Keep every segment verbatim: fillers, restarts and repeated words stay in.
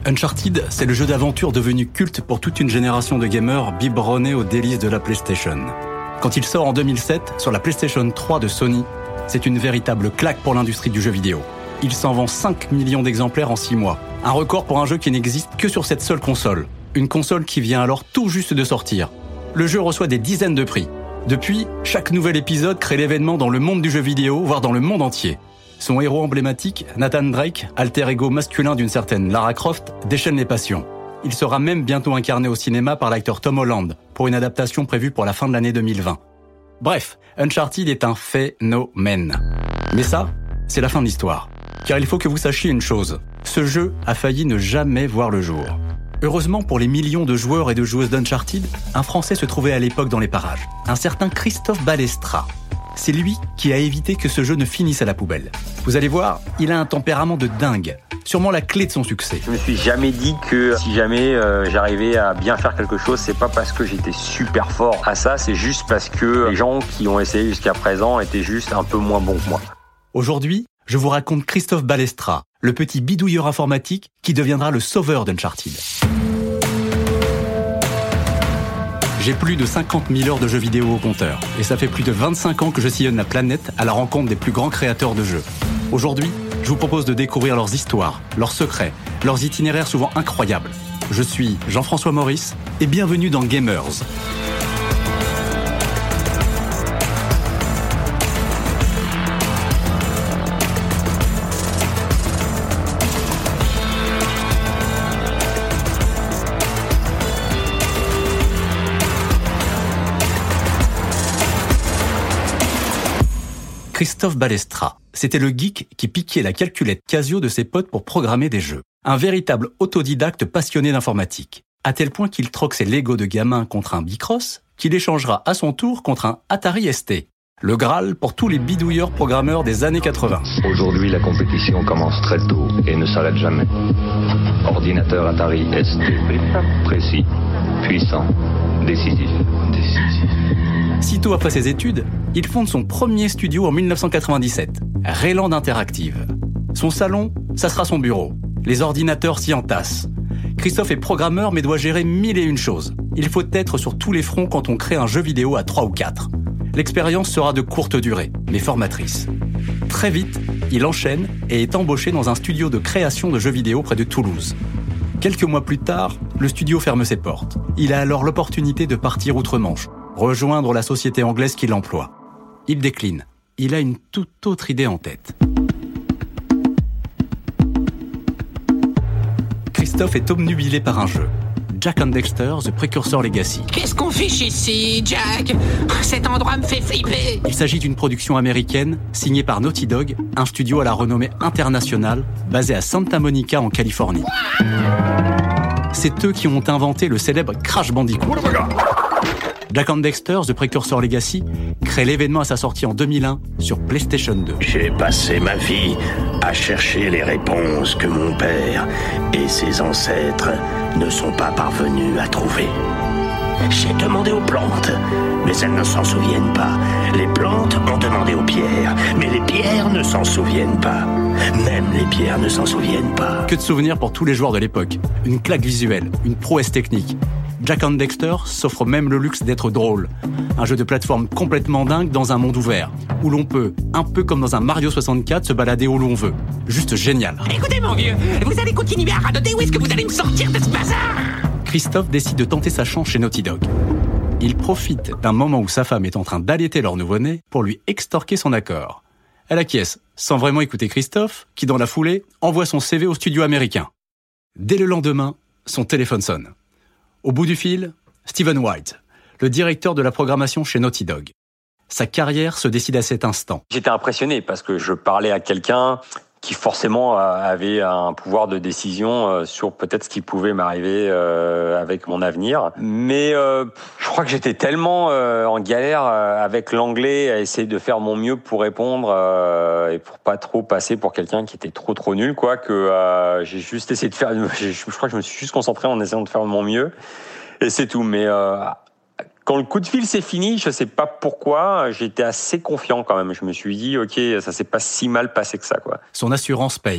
Uncharted, c'est le jeu d'aventure devenu culte pour toute une génération de gamers biberonnés aux délices de la PlayStation. Quand il sort en deux mille sept sur la PlayStation trois de Sony, c'est une véritable claque pour l'industrie du jeu vidéo. Il s'en vend cinq millions d'exemplaires en six mois. Un record pour un jeu qui n'existe que sur cette seule console. Une console qui vient alors tout juste de sortir. Le jeu reçoit des dizaines de prix. Depuis, chaque nouvel épisode crée l'événement dans le monde du jeu vidéo, voire dans le monde entier. Son héros emblématique, Nathan Drake, alter ego masculin d'une certaine Lara Croft, déchaîne les passions. Il sera même bientôt incarné au cinéma par l'acteur Tom Holland, pour une adaptation prévue pour la fin de l'année deux mille vingt. Bref, Uncharted est un phénomène. Mais ça, c'est la fin de l'histoire. Car il faut que vous sachiez une chose, ce jeu a failli ne jamais voir le jour. Heureusement pour les millions de joueurs et de joueuses d'Uncharted, un Français se trouvait à l'époque dans les parages, un certain Christophe Balestra. C'est lui qui a évité que ce jeu ne finisse à la poubelle. Vous allez voir, il a un tempérament de dingue. Sûrement la clé de son succès. Je me suis jamais dit que si jamais euh, j'arrivais à bien faire quelque chose, c'est pas parce que j'étais super fort à ça, c'est juste parce que les gens qui ont essayé jusqu'à présent étaient juste un peu moins bons que moi. Aujourd'hui, je vous raconte Christophe Balestra, le petit bidouilleur informatique qui deviendra le sauveur d'Uncharted. J'ai plus de cinquante mille heures de jeux vidéo au compteur, et ça fait plus de vingt-cinq ans que je sillonne la planète à la rencontre des plus grands créateurs de jeux. Aujourd'hui, je vous propose de découvrir leurs histoires, leurs secrets, leurs itinéraires souvent incroyables. Je suis Jean-François Maurice, et bienvenue dans Gamers. Christophe Balestra, c'était le geek qui piquait la calculette Casio de ses potes pour programmer des jeux. Un véritable autodidacte passionné d'informatique. À tel point qu'il troque ses Lego de gamin contre un Bicross, qu'il échangera à son tour contre un Atari S T. Le Graal pour tous les bidouilleurs programmeurs des années quatre-vingts. Aujourd'hui, la compétition commence très tôt et ne s'arrête jamais. Ordinateur Atari S T, précis, puissant, décisif. Décisif. Sitôt après ses études, il fonde son premier studio en dix-neuf cent quatre-vingt-dix-sept, Rayland Interactive. Son salon, ça sera son bureau. Les ordinateurs s'y entassent. Christophe est programmeur mais doit gérer mille et une choses. Il faut être sur tous les fronts quand on crée un jeu vidéo à trois ou quatre. L'expérience sera de courte durée, mais formatrice. Très vite, il enchaîne et est embauché dans un studio de création de jeux vidéo près de Toulouse. Quelques mois plus tard, le studio ferme ses portes. Il a alors l'opportunité de partir outre-Manche, rejoindre la société anglaise qui l'emploie. Il décline. Il a une toute autre idée en tête. Christophe est obnubilé par un jeu. Jak and Daxter, The Precursor Legacy. Qu'est-ce qu'on fiche ici, Jack ? Cet endroit me fait flipper. Il s'agit d'une production américaine signée par Naughty Dog, un studio à la renommée internationale basé à Santa Monica en Californie. C'est eux qui ont inventé le célèbre Crash Bandicoot. Jak and Daxter, The Precursor Legacy, crée l'événement à sa sortie en deux mille un sur PlayStation deux. J'ai passé ma vie à chercher les réponses que mon père et ses ancêtres ne sont pas parvenus à trouver. J'ai demandé aux plantes, mais elles ne s'en souviennent pas. Les plantes ont demandé aux pierres, mais les pierres ne s'en souviennent pas. Même les pierres ne s'en souviennent pas. Que de souvenirs pour tous les joueurs de l'époque. Une claque visuelle, une prouesse technique. Jak and Daxter s'offre même le luxe d'être drôle. Un jeu de plateforme complètement dingue dans un monde ouvert, où l'on peut, un peu comme dans un Mario soixante-quatre, se balader où l'on veut. Juste génial. Écoutez mon vieux, vous allez continuer à radoter ou est-ce que vous allez me sortir de ce bazar ? Christophe décide de tenter sa chance chez Naughty Dog. Il profite d'un moment où sa femme est en train d'allaiter leur nouveau-né pour lui extorquer son accord. Elle acquiesce, sans vraiment écouter Christophe, qui dans la foulée envoie son C V au studio américain. Dès le lendemain, son téléphone sonne. Au bout du fil, Steven White, le directeur de la programmation chez Naughty Dog. Sa carrière se décide à cet instant. J'étais impressionné parce que je parlais à quelqu'un qui forcément avait un pouvoir de décision sur peut-être ce qui pouvait m'arriver avec mon avenir. Mais euh, je crois que j'étais tellement en galère avec l'anglais à essayer de faire mon mieux pour répondre et pour pas trop passer pour quelqu'un qui était trop trop nul, quoi, que euh, j'ai juste essayé de faire. Je crois que je me suis juste concentré en essayant de faire mon mieux et c'est tout. Mais euh, quand le coup de fil s'est fini, je sais pas pourquoi, j'étais assez confiant quand même. Je me suis dit, ok, ça s'est pas si mal passé que ça, quoi. Son assurance paye.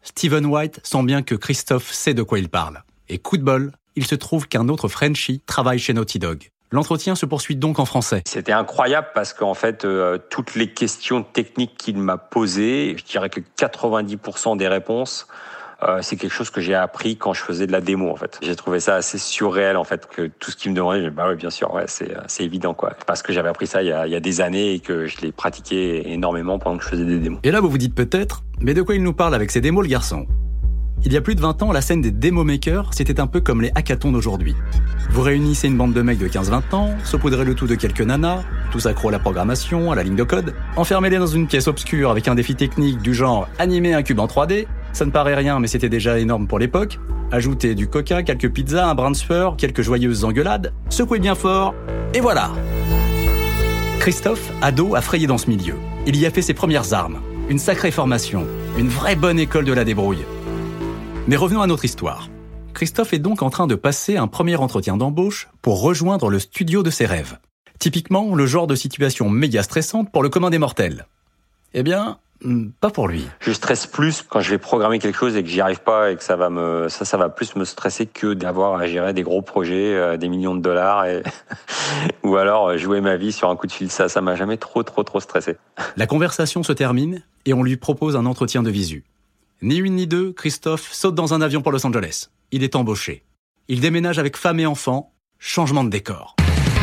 Steven White sent bien que Christophe sait de quoi il parle. Et coup de bol, il se trouve qu'un autre Frenchie travaille chez Naughty Dog. L'entretien se poursuit donc en français. C'était incroyable parce qu'en fait, euh, toutes les questions techniques qu'il m'a posées, je dirais que quatre-vingt-dix pour cent des réponses, euh, c'est quelque chose que j'ai appris quand je faisais de la démo, en fait. J'ai trouvé ça assez surréel, en fait, que tout ce qu'il me demandait, je dis, bah oui, bien sûr, ouais, c'est, c'est évident, quoi. Parce que j'avais appris ça il y, a, il y a des années et que je l'ai pratiqué énormément pendant que je faisais des démos. Et là, vous vous dites peut-être, mais de quoi il nous parle avec ses démos, le garçon ? Il y a plus de vingt ans, la scène des démo makers, c'était un peu comme les hackathons d'aujourd'hui. Vous réunissez une bande de mecs de quinze vingt ans, saupoudrez le tout de quelques nanas, tous accros à la programmation, à la ligne de code, enfermez-les dans une pièce obscure avec un défi technique du genre animer un cube en trois D, ça ne paraît rien mais c'était déjà énorme pour l'époque, ajoutez du coca, quelques pizzas, un brin de sueur, quelques joyeuses engueulades, secouez bien fort, et voilà. Christophe, ado, a frayé dans ce milieu. Il y a fait ses premières armes, une sacrée formation, une vraie bonne école de la débrouille. Mais revenons à notre histoire. Christophe est donc en train de passer un premier entretien d'embauche pour rejoindre le studio de ses rêves. Typiquement, le genre de situation méga stressante pour le commun des mortels. Eh bien, pas pour lui. Je stresse plus quand je vais programmer quelque chose et que j'y arrive pas et que ça va me, ça, ça va plus me stresser que d'avoir à gérer des gros projets, euh, des millions de dollars et ou alors jouer ma vie sur un coup de fil. Ça, ça m'a jamais trop, trop, trop stressé. La conversation se termine et on lui propose un entretien de visu. Ni une ni deux, Christophe saute dans un avion pour Los Angeles. Il est embauché. Il déménage avec femme et enfants. Changement de décor.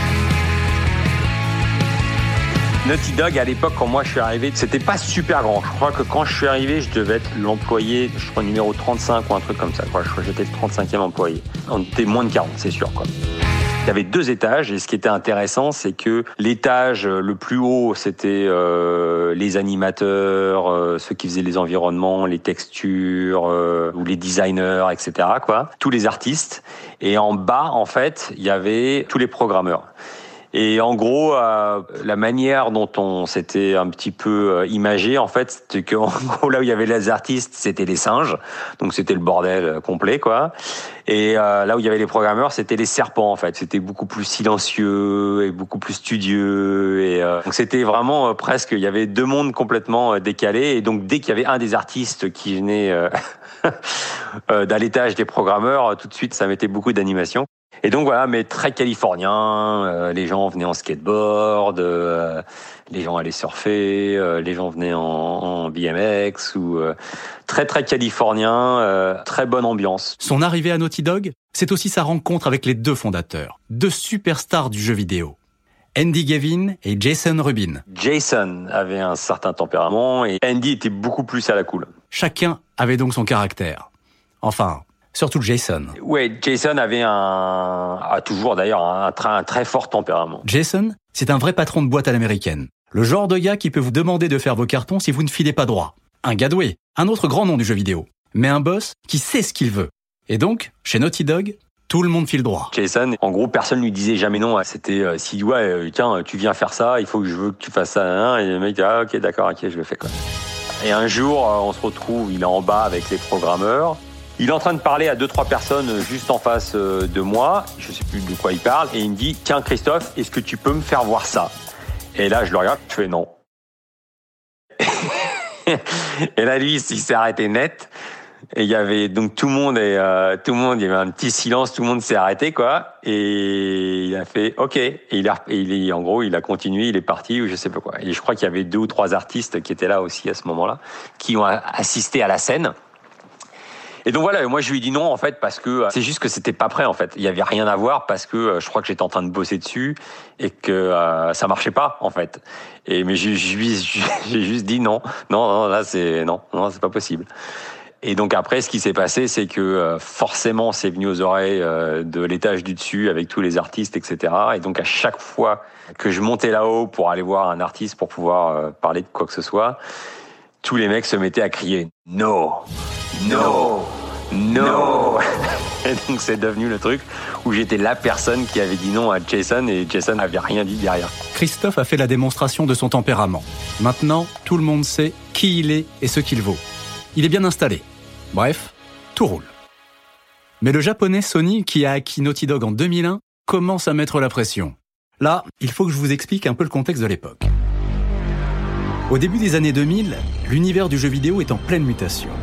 Naughty Dog, à l'époque, quand moi je suis arrivé, c'était pas super grand. Je crois que quand je suis arrivé, je devais être l'employé, je crois, numéro trente-cinq ou un truc comme ça. Je crois que j'étais le trente-cinquième employé. On était moins de quarante, c'est sûr, quoi. Il y avait deux étages et ce qui était intéressant, c'est que l'étage le plus haut, c'était euh, les animateurs, euh, ceux qui faisaient les environnements, les textures, euh, ou les designers, et cetera, quoi. Tous les artistes. Et en bas, en fait, il y avait tous les programmeurs. Et en gros, euh, la manière dont on s'était un petit peu euh, imagé, en fait, c'était qu'en gros, là où il y avait les artistes, c'était les singes. Donc, c'était le bordel complet, quoi. Et euh, là où il y avait les programmeurs, c'était les serpents, en fait. C'était beaucoup plus silencieux et beaucoup plus studieux. Et euh, donc, c'était vraiment euh, presque... Il y avait deux mondes complètement euh, décalés. Et donc, dès qu'il y avait un des artistes qui venait euh, euh, d'à l'étage des programmeurs, tout de suite, ça mettait beaucoup d'animation. Et donc voilà, mais très californien, euh, les gens venaient en skateboard, euh, les gens allaient surfer, euh, les gens venaient en, en B M X, ou euh, très très californien, euh, très bonne ambiance. Son arrivée à Naughty Dog, c'est aussi sa rencontre avec les deux fondateurs, deux superstars du jeu vidéo, Andy Gavin et Jason Rubin. Jason avait un certain tempérament et Andy était beaucoup plus à la cool. Chacun avait donc son caractère. Enfin... Surtout Jason. Ouais, Jason avait un, a toujours d'ailleurs un, un, un très fort tempérament. Jason, c'est un vrai patron de boîte à l'américaine. Le genre de gars qui peut vous demander de faire vos cartons si vous ne filez pas droit. Un gars doué, un autre grand nom du jeu vidéo. Mais un boss qui sait ce qu'il veut. Et donc, chez Naughty Dog, tout le monde file droit. Jason, en gros, personne lui disait jamais non. C'était, euh, s'il dit, ouais, euh, tiens, tu viens faire ça, il faut que je veux que tu fasses ça. Hein, et le mec dit, ah, ok, d'accord, ok, je le fais, quoi. Et un jour, euh, on se retrouve, il est en bas avec les programmeurs. Il est en train de parler à deux, trois personnes juste en face de moi. Je sais plus de quoi il parle. Et il me dit, tiens, Christophe, est-ce que tu peux me faire voir ça? Et là, je le regarde, je fais non. Et là, lui, il s'est arrêté net. Et il y avait donc tout le monde et euh, tout le monde, il y avait un petit silence, tout le monde s'est arrêté, quoi. Et il a fait OK. Et il a, et il est, en gros, il a continué, il est parti ou je sais pas quoi. Et je crois qu'il y avait deux ou trois artistes qui étaient là aussi à ce moment-là, qui ont assisté à la scène. Et donc voilà, moi je lui ai dit non en fait parce que c'est juste que c'était pas prêt en fait. Il y avait rien à voir parce que je crois que j'étais en train de bosser dessus et que euh, ça marchait pas en fait. Et mais j'ai, j'ai, j'ai juste dit non, non, non, là c'est non, non, c'est pas possible. Et donc après, ce qui s'est passé, c'est que euh, forcément, c'est venu aux oreilles euh, de l'étage du dessus avec tous les artistes, et cetera. Et donc à chaque fois que je montais là-haut pour aller voir un artiste pour pouvoir euh, parler de quoi que ce soit, tous les mecs se mettaient à crier « No ! No ! No !» Et donc c'est devenu le truc où j'étais la personne qui avait dit non à Jason et Jason n'avait rien dit derrière. Christophe a fait la démonstration de son tempérament. Maintenant, tout le monde sait qui il est et ce qu'il vaut. Il est bien installé. Bref, tout roule. Mais le japonais Sony, qui a acquis Naughty Dog en deux mille un, commence à mettre la pression. Là, il faut que je vous explique un peu le contexte de l'époque. Au début des années deux mille, l'univers du jeu vidéo est en pleine mutation.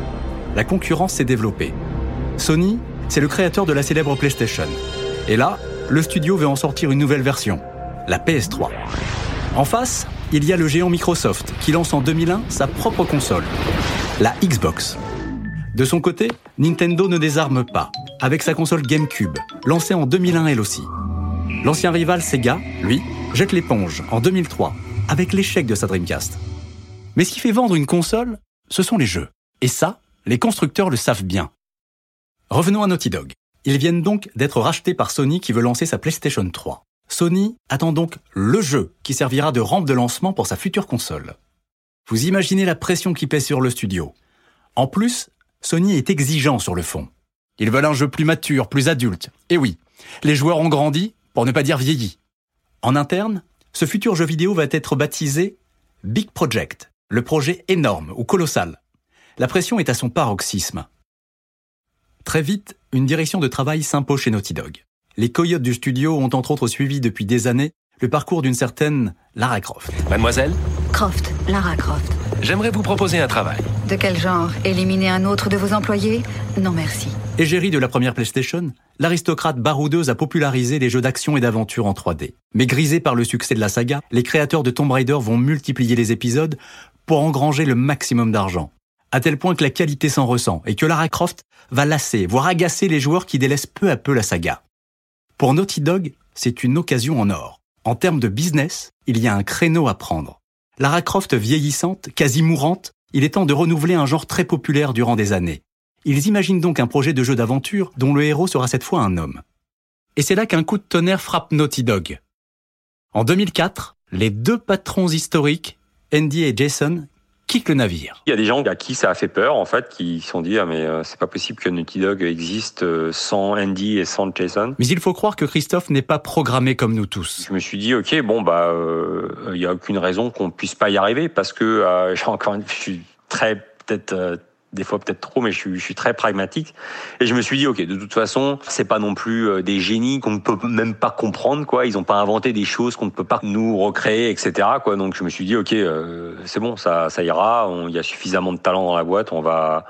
la concurrence s'est développée. Sony, c'est le créateur de la célèbre PlayStation. Et là, le studio veut en sortir une nouvelle version, la P S trois. En face, il y a le géant Microsoft qui lance en deux mille un sa propre console, la Xbox. De son côté, Nintendo ne désarme pas, avec sa console GameCube, lancée en deux mille un elle aussi. L'ancien rival Sega, lui, jette l'éponge en deux mille trois, avec l'échec de sa Dreamcast. Mais ce qui fait vendre une console, ce sont les jeux. Et ça, les constructeurs le savent bien. Revenons à Naughty Dog. Ils viennent donc d'être rachetés par Sony qui veut lancer sa PlayStation trois. Sony attend donc le jeu qui servira de rampe de lancement pour sa future console. Vous imaginez la pression qui pèse sur le studio. En plus, Sony est exigeant sur le fond. Ils veulent un jeu plus mature, plus adulte. Et oui, les joueurs ont grandi, pour ne pas dire vieilli. En interne, ce futur jeu vidéo va être baptisé Big Project, le projet énorme ou colossal. La pression est à son paroxysme. Très vite, une direction de travail s'impose chez Naughty Dog. Les coyotes du studio ont entre autres suivi depuis des années le parcours d'une certaine Lara Croft. Mademoiselle ? Croft, Lara Croft. J'aimerais vous proposer un travail. De quel genre ? Éliminer un autre de vos employés ? Non merci. Égérie de la première PlayStation, l'aristocrate baroudeuse a popularisé les jeux d'action et d'aventure en trois D. Mais grisés par le succès de la saga, les créateurs de Tomb Raider vont multiplier les épisodes pour engranger le maximum d'argent. À tel point que la qualité s'en ressent et que Lara Croft va lasser, voire agacer les joueurs qui délaissent peu à peu la saga. Pour Naughty Dog, c'est une occasion en or. En termes de business, il y a un créneau à prendre. Lara Croft vieillissante, quasi mourante, il est temps de renouveler un genre très populaire durant des années. Ils imaginent donc un projet de jeu d'aventure dont le héros sera cette fois un homme. Et c'est là qu'un coup de tonnerre frappe Naughty Dog. En deux mille quatre, les deux patrons historiques, Andy et Jason, quittent le navire. Il y a des gens à qui ça a fait peur, en fait, qui se sont dit « Ah, mais euh, c'est pas possible que Naughty Dog existe euh, sans Andy et sans Jason. » Mais il faut croire que Christophe n'est pas programmé comme nous tous. Je me suis dit « Ok, bon, bah, il euh, y a aucune raison qu'on puisse pas y arriver parce que euh, j'ai encore une... je suis très, peut-être... Euh, des fois peut-être trop, mais je suis, je suis très pragmatique. Et je me suis dit, ok, de toute façon, c'est pas non plus des génies qu'on ne peut même pas comprendre, quoi. Ils ont pas inventé des choses qu'on ne peut pas nous recréer, et cetera, quoi. Donc je me suis dit, ok, euh, c'est bon, ça, ça ira. Il y a suffisamment de talent dans la boîte, on va,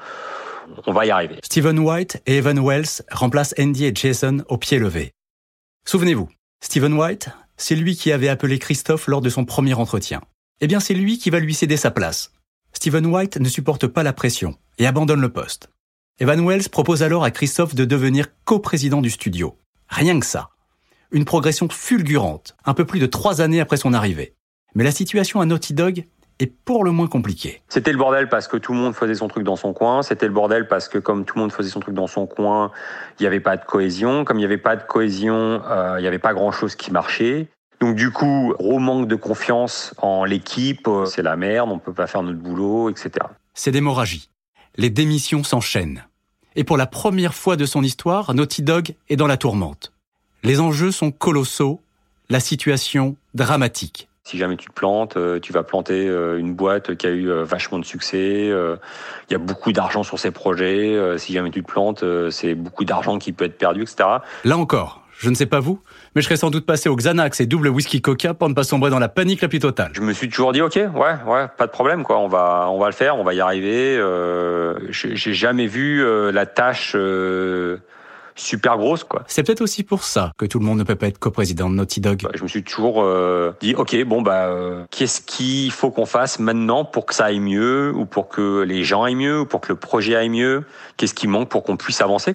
on va y arriver. Stephen White et Evan Wells remplacent Andy et Jason au pied levé. Souvenez-vous, Stephen White, c'est lui qui avait appelé Christophe lors de son premier entretien. Eh bien, c'est lui qui va lui céder sa place. Stephen White ne supporte pas la pression et abandonne le poste. Evan Wells propose alors à Christophe de devenir coprésident du studio. Rien que ça. Une progression fulgurante, un peu plus de trois années après son arrivée. Mais la situation à Naughty Dog est pour le moins compliquée. C'était le bordel parce que tout le monde faisait son truc dans son coin. C'était le bordel parce que comme tout le monde faisait son truc dans son coin, il n'y avait pas de cohésion. Comme il n'y avait pas de cohésion, euh, il n'y avait pas grand-chose qui marchait. Donc du coup, gros manque de confiance en l'équipe, c'est la merde, on ne peut pas faire notre boulot, et cetera. C'est d'hémorragie. Les démissions s'enchaînent. Et pour la première fois de son histoire, Naughty Dog est dans la tourmente. Les enjeux sont colossaux, la situation dramatique. Si jamais tu te plantes, tu vas planter une boîte qui a eu vachement de succès, il y a beaucoup d'argent sur ces projets, si jamais tu te plantes, c'est beaucoup d'argent qui peut être perdu, et cetera. Là encore, je ne sais pas vous, mais je serais sans doute passé au Xanax et double whisky coca pour ne pas sombrer dans la panique la plus totale. Je me suis toujours dit, ok, ouais, ouais, pas de problème, quoi. On va, on va le faire, on va y arriver. Euh, j'ai, j'ai jamais vu euh, la tâche euh, super grosse, quoi. C'est peut-être aussi pour ça que tout le monde ne peut pas être coprésident de Naughty Dog. Je me suis toujours euh, dit, ok, bon bah, euh, qu'est-ce qu'il faut qu'on fasse maintenant pour que ça aille mieux, ou pour que les gens aillent mieux, ou pour que le projet aille mieux. Qu'est-ce qui manque pour qu'on puisse avancer?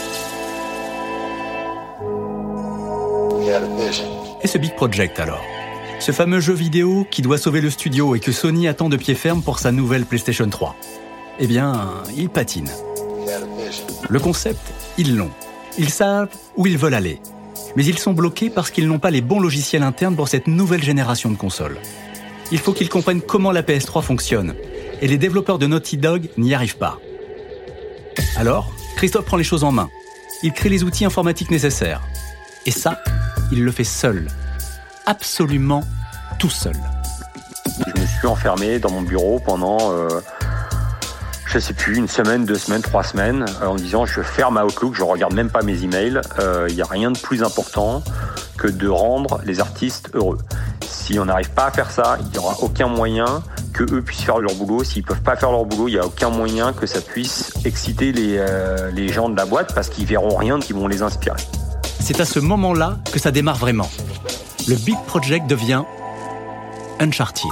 Et ce Big Project alors ? Ce fameux jeu vidéo qui doit sauver le studio et que Sony attend de pied ferme pour sa nouvelle PlayStation trois. Eh bien, il patine. Le concept, ils l'ont. Ils savent où ils veulent aller. Mais ils sont bloqués parce qu'ils n'ont pas les bons logiciels internes pour cette nouvelle génération de consoles. Il faut qu'ils comprennent comment la P S trois fonctionne. Et les développeurs de Naughty Dog n'y arrivent pas. Alors, Christophe prend les choses en main. Il crée les outils informatiques nécessaires. Et ça, il le fait seul. Absolument tout seul. Je me suis enfermé dans mon bureau pendant, euh, je sais plus, une semaine, deux semaines, trois semaines, euh, en me disant je ferme Outlook, je regarde même pas mes emails. Il euh, n'y a rien de plus important que de rendre les artistes heureux. Si on n'arrive pas à faire ça, il n'y aura aucun moyen que eux puissent faire leur boulot. S'ils peuvent pas faire leur boulot, il y a aucun moyen que ça puisse exciter les, euh, les gens de la boîte parce qu'ils verront rien qui vont les inspirer. C'est à ce moment-là que ça démarre vraiment. Le Big Project devient Uncharted.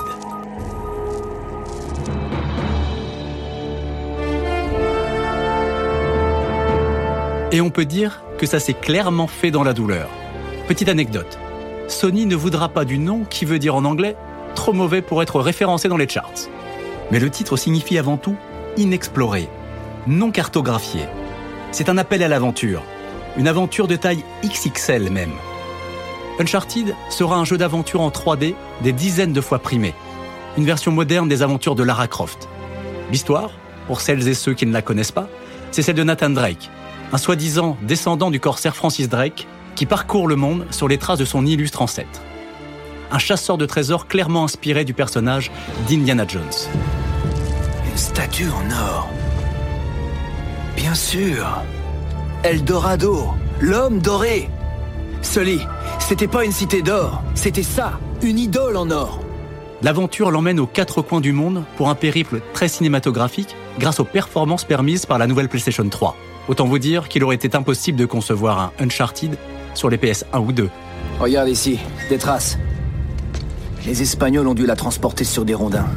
Et on peut dire que ça s'est clairement fait dans la douleur. Petite anecdote, Sony ne voudra pas du nom qui veut dire en anglais « trop mauvais pour être référencé dans les charts ». Mais le titre signifie avant tout « inexploré », non cartographié. C'est un appel à l'aventure, une aventure de taille X X L même. Uncharted sera un jeu d'aventure en trois D des dizaines de fois primé, une version moderne des aventures de Lara Croft. L'histoire, pour celles et ceux qui ne la connaissent pas, c'est celle de Nathan Drake, un soi-disant descendant du corsaire Francis Drake qui parcourt le monde sur les traces de son illustre ancêtre. Un chasseur de trésors clairement inspiré du personnage d'Indiana Jones. Une statue en or. Bien sûr. Eldorado, l'homme doré. Sully, c'était pas une cité d'or, c'était ça, une idole en or. L'aventure l'emmène aux quatre coins du monde pour un périple très cinématographique grâce aux performances permises par la nouvelle PlayStation trois. Autant vous dire qu'il aurait été impossible de concevoir un Uncharted sur les P S un ou deux. Regarde ici, des traces. Les Espagnols ont dû la transporter sur des rondins.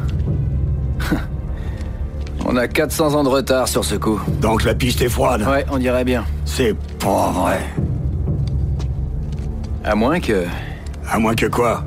On a quatre cents ans de retard sur ce coup. Donc la piste est froide. Ouais, on dirait bien. C'est pas vrai. À moins que... À moins que quoi?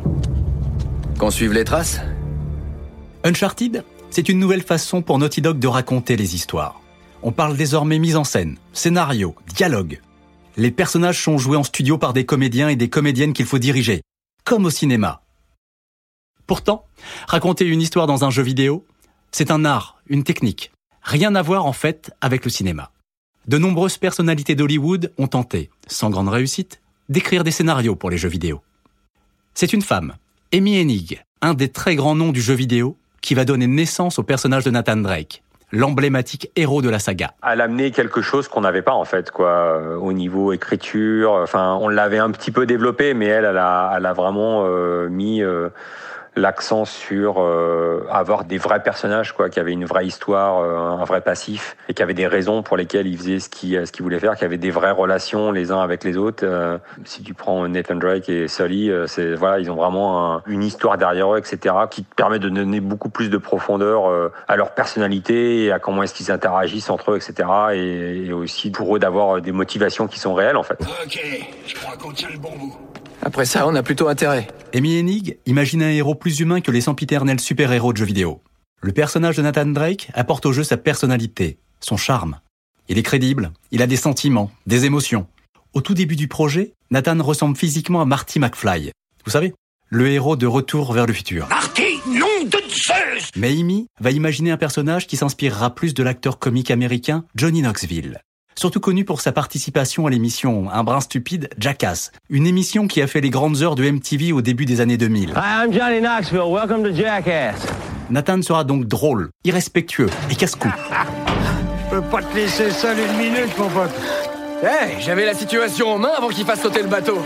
Qu'on suive les traces? Uncharted, c'est une nouvelle façon pour Naughty Dog de raconter les histoires. On parle désormais mise en scène, scénario, dialogue. Les personnages sont joués en studio par des comédiens et des comédiennes qu'il faut diriger, comme au cinéma. Pourtant, raconter une histoire dans un jeu vidéo, c'est un art, une technique. Rien à voir en fait avec le cinéma. De nombreuses personnalités d'Hollywood ont tenté, sans grande réussite, d'écrire des scénarios pour les jeux vidéo. C'est une femme, Amy Hennig, un des très grands noms du jeu vidéo, qui va donner naissance au personnage de Nathan Drake, l'emblématique héros de la saga. Elle a amené quelque chose qu'on n'avait pas en fait, quoi, au niveau écriture. Enfin, on l'avait un petit peu développé, mais elle, elle a, elle a vraiment euh, mis euh, l'accent sur euh, avoir des vrais personnages, quoi, qui avaient une vraie histoire, euh, un vrai passif, et qui avaient des raisons pour lesquelles ils faisaient ce qu'ils, ce qu'ils voulaient faire, qui avaient des vraies relations les uns avec les autres. Euh, si tu prends Nathan Drake et Sully, euh, c'est voilà, ils ont vraiment un, une histoire derrière eux, et cetera, qui permet de donner beaucoup plus de profondeur euh, à leur personnalité et à comment est-ce qu'ils interagissent entre eux, et cetera. Et, et aussi pour eux d'avoir des motivations qui sont réelles, en fait. Ok, je crois qu'on tient le bon bout. Après ça, on a plutôt intérêt. Amy Hennig imagine un héros plus humain que les sempiternels super-héros de jeux vidéo. Le personnage de Nathan Drake apporte au jeu sa personnalité, son charme. Il est crédible, il a des sentiments, des émotions. Au tout début du projet, Nathan ressemble physiquement à Marty McFly. Vous savez, le héros de Retour vers le futur. Marty, nom de Zeus! Mais Amy va imaginer un personnage qui s'inspirera plus de l'acteur comique américain Johnny Knoxville. Surtout connu pour sa participation à l'émission Un brin stupide, Jackass, une émission qui a fait les grandes heures de M T V au début des années deux mille. Hi, I'm Johnny Knoxville. Welcome to Jackass. Nathan sera donc drôle, irrespectueux et casse-cou. Je peux pas te laisser seul une minute, mon pote. Hey, j'avais la situation en main avant qu'il fasse sauter le bateau.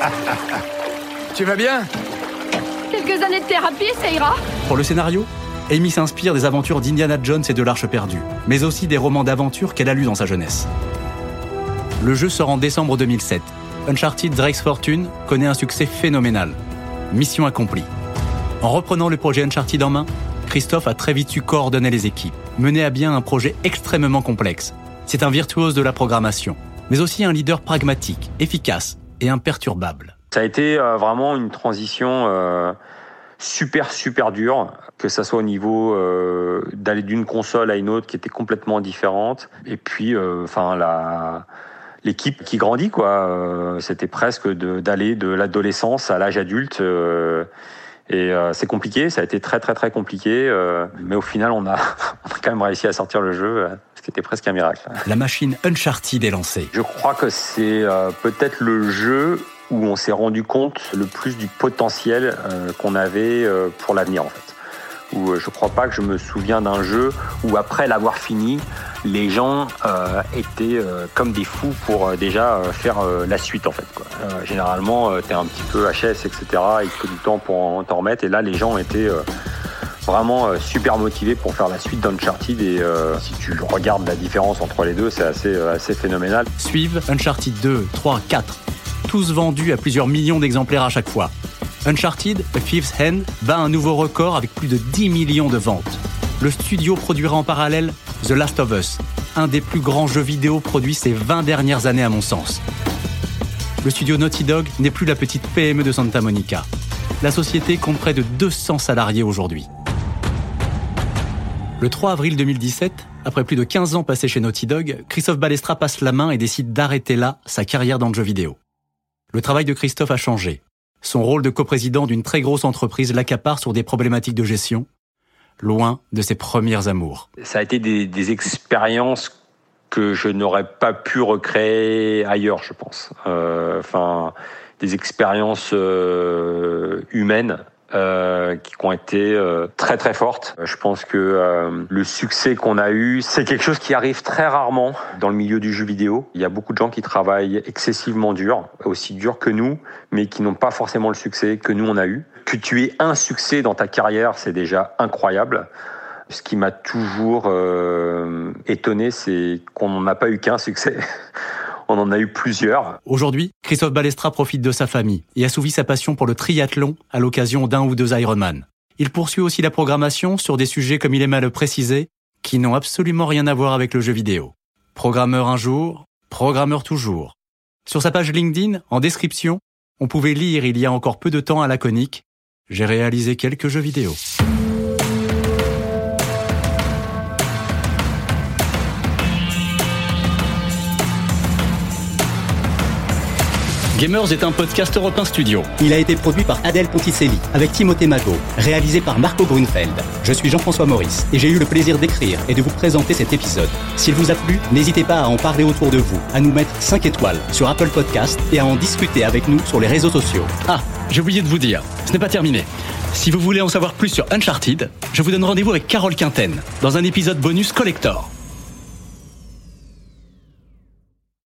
Tu vas bien? Quelques années de thérapie, ça ira. Pour le scénario, Amy s'inspire des aventures d'Indiana Jones et de l'Arche perdue, mais aussi des romans d'aventure qu'elle a lus dans sa jeunesse. Le jeu sort en décembre deux mille sept. Uncharted Drake's Fortune connaît un succès phénoménal. Mission accomplie. En reprenant le projet Uncharted en main, Christophe a très vite su coordonner les équipes, mener à bien un projet extrêmement complexe. C'est un virtuose de la programmation, mais aussi un leader pragmatique, efficace et imperturbable. Ça a été euh, vraiment une transition euh, super, super dure, que ça soit au niveau euh, d'aller d'une console à une autre qui était complètement différente. Et puis, enfin, euh, la... l'équipe qui grandit, quoi. Euh, c'était presque de, d'aller de l'adolescence à l'âge adulte. Euh, et euh, c'est compliqué, ça a été très, très, très compliqué. Euh, mais au final, on a, on a quand même réussi à sortir le jeu, euh, ce qui était presque un miracle. La machine Uncharted est lancée. Je crois que c'est euh, peut-être le jeu où on s'est rendu compte le plus du potentiel euh, qu'on avait euh, pour l'avenir, en fait. Où euh, je crois pas que je me souviens d'un jeu où après l'avoir fini, les gens euh, étaient euh, comme des fous pour euh, déjà euh, faire euh, la suite, en fait, quoi. Euh, généralement, euh, t'es un petit peu H S, et cetera. Il te faut du temps pour en t'en remettre. Et là, les gens étaient euh, vraiment euh, super motivé pour faire la suite d'Uncharted et euh, si tu regardes la différence entre les deux, c'est assez, euh, assez phénoménal. Suivent Uncharted deux, trois, quatre, tous vendus à plusieurs millions d'exemplaires à chaque fois. Uncharted, A Thief's End bat un nouveau record avec plus de dix millions de ventes. Le studio produira en parallèle The Last of Us, un des plus grands jeux vidéo produits ces vingt dernières années à mon sens. Le studio Naughty Dog n'est plus la petite P M E de Santa Monica. La société compte près de deux cents salariés aujourd'hui. Le trois avril deux mille dix-sept, après plus de quinze ans passés chez Naughty Dog, Christophe Balestra passe la main et décide d'arrêter là sa carrière dans le jeu vidéo. Le travail de Christophe a changé. Son rôle de coprésident d'une très grosse entreprise l'accapare sur des problématiques de gestion, loin de ses premiers amours. Ça a été des, des expériences que je n'aurais pas pu recréer ailleurs, je pense. Euh, enfin, des expériences euh, humaines euh, qui ont été euh, très très fortes. Je pense que euh, le succès qu'on a eu, c'est quelque chose qui arrive très rarement dans le milieu du jeu vidéo. Il y a beaucoup de gens qui travaillent excessivement dur, aussi dur que nous, mais qui n'ont pas forcément le succès que nous on a eu. Que tu aies un succès dans ta carrière, c'est déjà incroyable. Ce qui m'a toujours euh, étonné, c'est qu'on n'en a pas eu qu'un succès. On en a eu plusieurs. Aujourd'hui, Christophe Balestra profite de sa famille et assouvit sa passion pour le triathlon à l'occasion d'un ou deux Ironman. Il poursuit aussi la programmation sur des sujets, comme il aime à le préciser, qui n'ont absolument rien à voir avec le jeu vidéo. Programmeur un jour, programmeur toujours. Sur sa page LinkedIn, en description, on pouvait lire il y a encore peu de temps à laconique « J'ai réalisé quelques jeux vidéo ». Gamers est un podcast Europe un Studio. Il a été produit par Adèle Ponticelli, avec Timothée Magot, réalisé par Marco Grunfeld. Je suis Jean-François Maurice, et j'ai eu le plaisir d'écrire et de vous présenter cet épisode. S'il vous a plu, n'hésitez pas à en parler autour de vous, à nous mettre cinq étoiles sur Apple Podcast et à en discuter avec nous sur les réseaux sociaux. Ah, j'ai oublié de vous dire, ce n'est pas terminé. Si vous voulez en savoir plus sur Uncharted, je vous donne rendez-vous avec Carole Quinten, dans un épisode bonus collector.